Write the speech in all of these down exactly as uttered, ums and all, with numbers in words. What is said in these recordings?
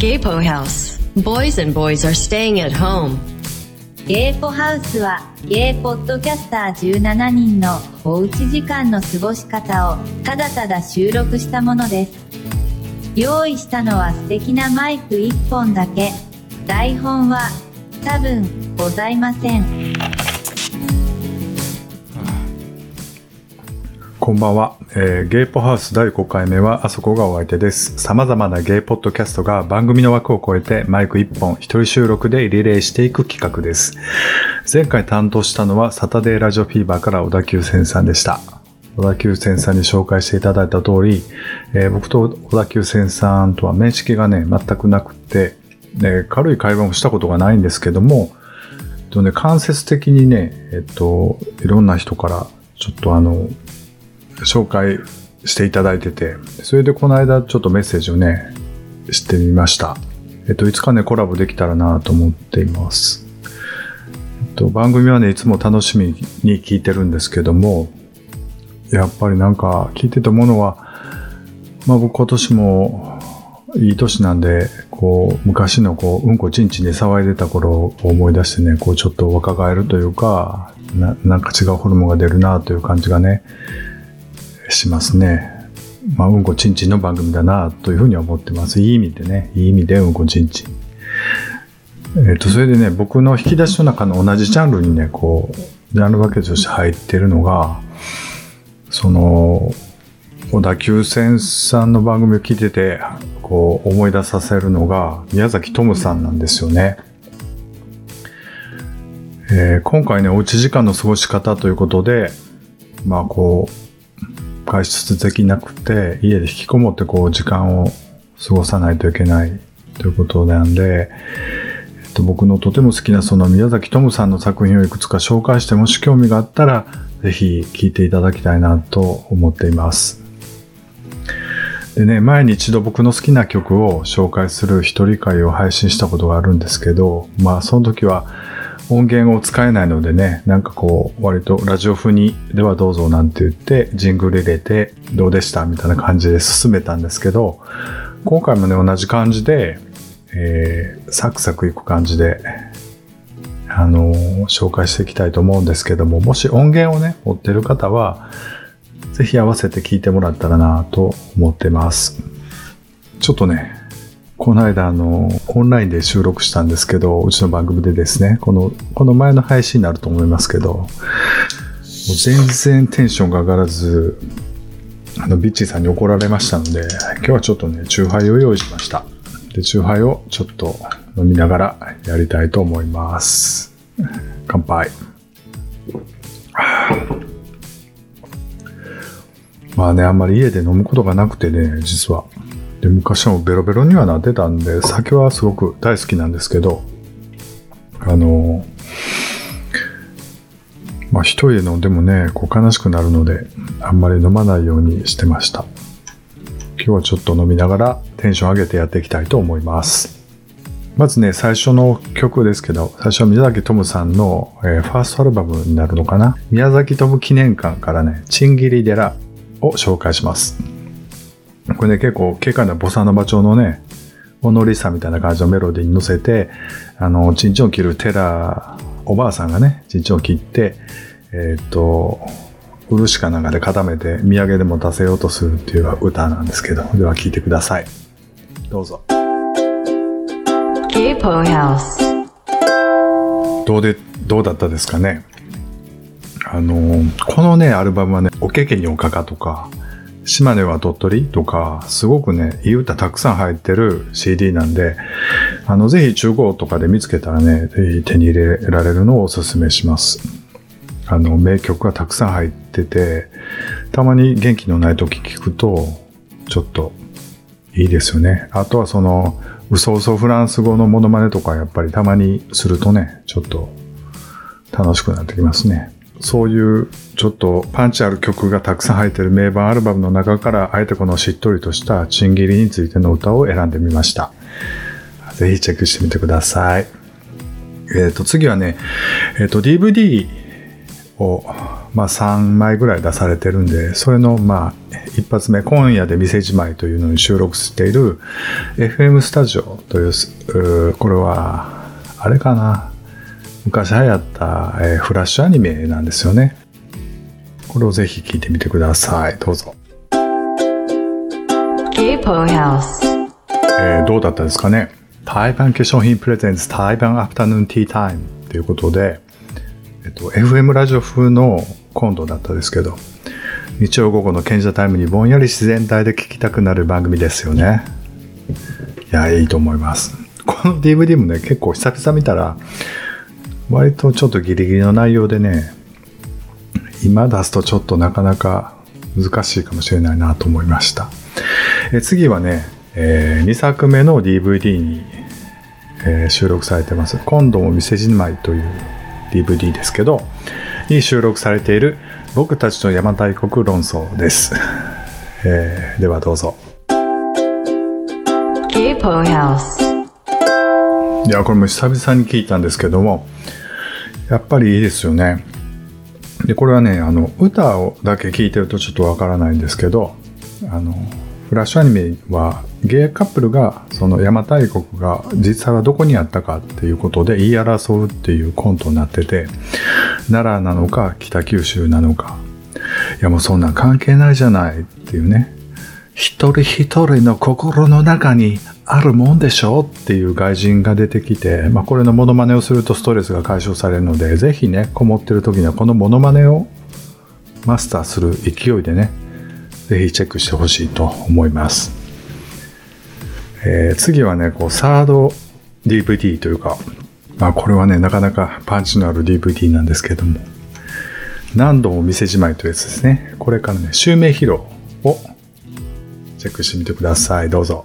ゲイポハウス Boys and boys are staying at home。 ゲイポハウスはゲイポッドキャスターじゅうななにんのおうち時間の過ごし方をただただ収録したものです。用意したのは素敵なマイクいっぽんだけ。台本は多分ございません。 こんばんは、えー、ゲイポハウスだいごかいめはあそこがお相手です。様々なゲイポッドキャストが番組の枠を超えてマイクいっぽん一人収録でリレーしていく企画です。前回担当したのはサタデーラジオフィーバーから小田急線さんでした。小田急線さんに紹介していただいた通り、えー、僕と小田急線さんとは面識がね全くなくて、ね、軽い会話もしたことがないんですけども、えっとね、間接的にね、えっと、いろんな人からちょっとあの紹介していただいてて、それでこの間ちょっとメッセージをねしてみました。えっといつかねコラボできたらなと思っています。えっと番組はねいつも楽しみに聞いてるんですけども、やっぱりなんか聞いてたものは、まあ僕今年もいい年なんで、こう昔のこううんこちんちんで騒いでた頃を思い出してね、こうちょっと若返るというか、な, なんか違うホルモンが出るなという感じがねしますね。まあうんこちんちんの番組だなというふうに思ってます。いい意味でね、いい意味でうんこちんちん。えっとそれでね、僕の引き出しの中の同じジャンルにね、こうジャンル分けとして入ってるのが、その小田急線さんの番組を聞いててこう思い出させるのが宮崎トムさんなんですよね。えー、今回ねおうち時間の過ごし方ということで、まあこう外出できなくて家で引きこもってこう時間を過ごさないといけないということなんで、えっと、僕のとても好きなその宮崎トムさんの作品をいくつか紹介して、もし興味があったらぜひ聴いていただきたいなと思っています。でね、前に一度僕の好きな曲を紹介する一人会を配信したことがあるんですけど、まあその時は音源を使えないのでね、なんかこう割とラジオ風にではどうぞなんて言ってジングル入れてどうでしたみたいな感じで進めたんですけど、今回もね同じ感じで、えー、サクサクいく感じであのー、紹介していきたいと思うんですけども、もし音源をね持ってる方はぜひ合わせて聞いてもらったらなと思ってます。ちょっとねこの間あのオンラインで収録したんですけど、うちの番組でですね、このこの前の配信になると思いますけど、もう全然テンションが上がらず、あのビッチーさんに怒られましたので、今日はちょっとねチューハイを用意しました。でチューハイをちょっと飲みながらやりたいと思います。乾杯。まあね、あんまり家で飲むことがなくてね、実は。で昔もベロベロにはなってたんで、酒はすごく大好きなんですけど、あのまあ一人で飲んでもねこう悲しくなるので、あんまり飲まないようにしてました。今日はちょっと飲みながらテンション上げてやっていきたいと思います。まずね最初の曲ですけど、最初は宮崎トムさんの、えー、ファーストアルバムになるのかな、宮崎トム記念館からねチンギリ寺を紹介します。これね結構軽快なボサノバ調のねおのりさみたいな感じのメロディーに乗せて、あのチンチンを切るテラおばあさんがねチンチンを切ってえー、っと漆かなんかで固めて土産でも出せようとするっていう歌なんですけど、では聴いてください。どうぞ。 ゲイポハウス。 どうでどうだったですかね。あのこのねアルバムはね、おけけにおかかとか島根は鳥取とか、すごくねいい歌たくさん入ってる シーディー なんで、あのぜひ中古とかで見つけたらねぜひ手に入れられるのをおすすめします。あの名曲がたくさん入ってて、たまに元気のない時聞くとちょっといいですよね。あとはその嘘嘘フランス語のモノマネとかやっぱりたまにするとねちょっと楽しくなってきますね。そういうちょっとパンチある曲がたくさん入ってる名盤アルバムの中から、あえてこのしっとりとしたチンギリについての歌を選んでみました。ぜひチェックしてみてください。えっと次はね、えっと ディーブイディー をまあさんまいぐらい出されてるんで、それのまあ一発目、今夜で店じまいというのに収録している エフエム スタジオという、これはあれかな、昔流行った、えー、フラッシュアニメなんですよね。これをぜひ聞いてみてください。どうぞ。 ゲイポーハウス、 えー、どうだったですかね。台湾化粧品プレゼンツ台湾アフタヌーンティータイムということで、えっと、エフエム ラジオ風のコントだったですけど、日曜午後の賢者タイムにぼんやり自然体で聞きたくなる番組ですよね。いや、いいと思います。この ディーブイディー もね、結構久々見たら割とちょっとギリギリの内容でね、今出すとちょっとなかなか難しいかもしれないなと思いました。え次はね、えー、にさくめの ディーブイディー に、えー、収録されてます。今度も店じまいという ディーブイディー ですけど、に収録されている僕たちの邪馬台国論争です。えー、ではどうぞ。 ゲイポーハウス。 いや、これも久々に聞いたんですけども、やっぱりいいですよね。で、これはね、あの歌をだけ聞いてるとちょっとわからないんですけど、あのフラッシュアニメはゲイカップルがその邪馬台国が実際はどこにあったかっていうことで言い争うっていうコントになってて、奈良なのか北九州なのか、いやもうそんなん関係ないじゃないっていうね、一人一人の心の中にあるもんでしょっていう外人が出てきて、まあ、これのモノマネをするとストレスが解消されるので、ぜひね、こもってる時にはこのモノマネをマスターする勢いでね、ぜひチェックしてほしいと思います。えー、次はね、こうサード ディーブイディー というか、まあ、これはね、なかなかパンチのある ディーブイディー なんですけども、何度も店じまいというやつですね。これからね、襲名披露をチェックしてみてください。どうぞ。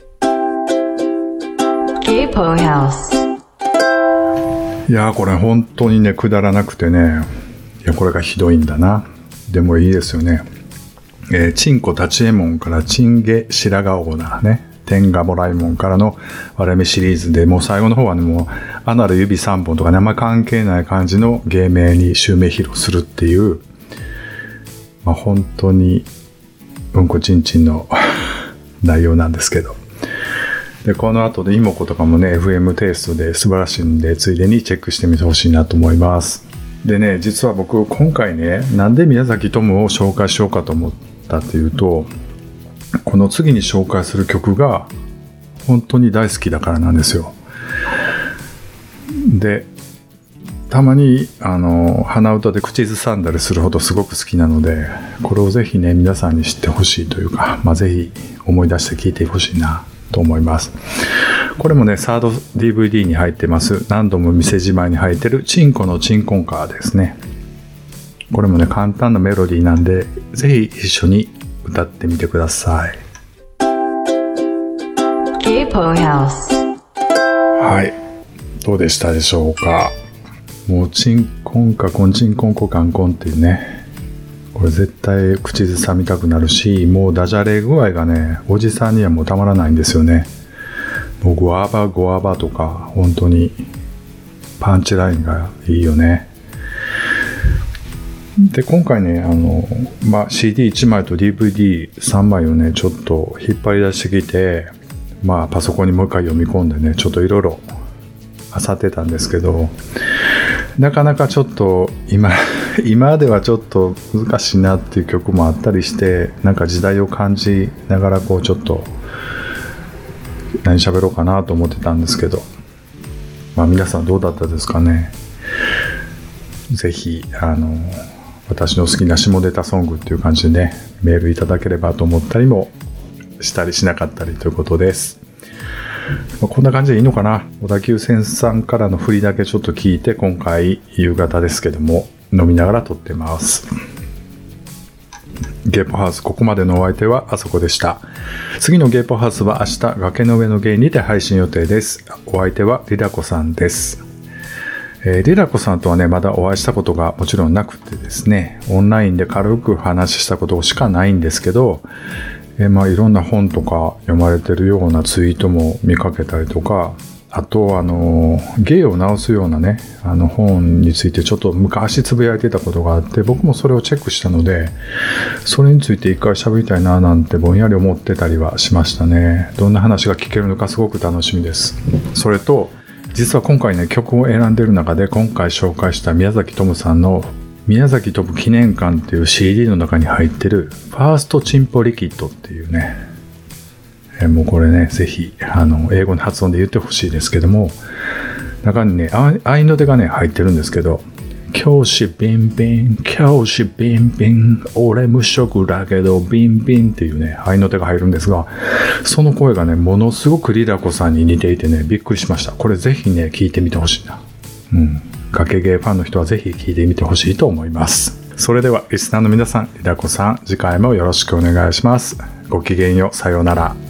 ゲイポーハウス。 いやー、これ本当にね、くだらなくてね、いや、これがひどいんだな。でもいいですよね。えー、チンコ立ちえもんからチンゲ白髪オーナーね、天下もらいもんからの割れ目シリーズで、もう最後の方はね、もうアナル指さんぼんとかね、あんま関係ない感じの芸名に襲名披露するっていう、まあ本当にうんこちんちんの内容なんですけど、でこの後でイモコとかもね エフエム テイストで素晴らしいんで、ついでにチェックしてみてほしいなと思います。でね、実は僕今回ね、なんで宮崎トムを紹介しようかと思ったっていうと、この次に紹介する曲が本当に大好きだからなんですよ。でたまにあの鼻歌で口ずさんだりするほどすごく好きなので、これをぜひね皆さんに知ってほしいというか、まあ、ぜひ思い出して聴いてほしいなと思います。これもねサード ディーブイディー に入ってます。何度も店じまいに入ってるチンコのチンコンカーですね。これもね簡単なメロディーなんで、ぜひ一緒に歌ってみてください。 ゲイポーハウス。 はい、どうでしたでしょうか。もうチンコンカコンチンコンコカンコンっていうね、これ絶対口ずさみたくなるし、もうダジャレ具合がねおじさんにはもうたまらないんですよね。もうゴワバゴワバとか本当にパンチラインがいいよね。で今回ね、あの、まあ、シーディーいち 枚と ディーブイディーさん 枚をねちょっと引っ張り出してきて、まあパソコンにもう一回読み込んでね、ちょっといろいろ漁ってたんですけど、なかなかちょっと今今ではちょっと難しいなっていう曲もあったりして、なんか時代を感じながらこうちょっと何喋ろうかなと思ってたんですけど、まあ皆さんどうだったですかね。ぜひあの私の好きな下ネタソングっていう感じでねメールいただければと思ったりもしたりしなかったりということです。まあ、こんな感じでいいのかな。小田急線さんからの振りだけちょっと聞いて、今回夕方ですけども飲みながら撮ってます。ゲイポハウス、ここまでのお相手はあそこでした。次のゲイポハウスは明日崖の上のゲイにて配信予定です。お相手はリラコさんです。えー、リラコさんとはねまだお会いしたことがもちろんなくてですね、オンラインで軽く話したことしかないんですけど、えー、まあいろんな本とか読まれてるようなツイートも見かけたりとか、 あと、あの、芸を治すようなね、あの本についてちょっと昔つぶやいてたことがあって、僕もそれをチェックしたので、それについて一回喋りたいななんてぼんやり思ってたりはしましたね。どんな話が聞けるのかすごく楽しみです。それと、実は今回ね、曲を選んでる中で今回紹介した宮崎トムさんの宮崎トム記念館っていう シーディー の中に入ってるファーストチンポリキッドっていうね、えもうこれね、ぜひ、あの、英語の発音で言ってほしいですけども、中にね、合いの手がね、入ってるんですけど、教師ビンビン、教師ビンビン、俺無職だけどビンビンっていうね、合いの手が入るんですが、その声がね、ものすごくリラコさんに似ていてね、びっくりしました。これぜひね、聞いてみてほしいな。うん。掛芸ファンの人はぜひ聞いてみてほしいと思います。それでは、リスナーの皆さん、リラコさん、次回もよろしくお願いします。ごきげんよう、さようなら。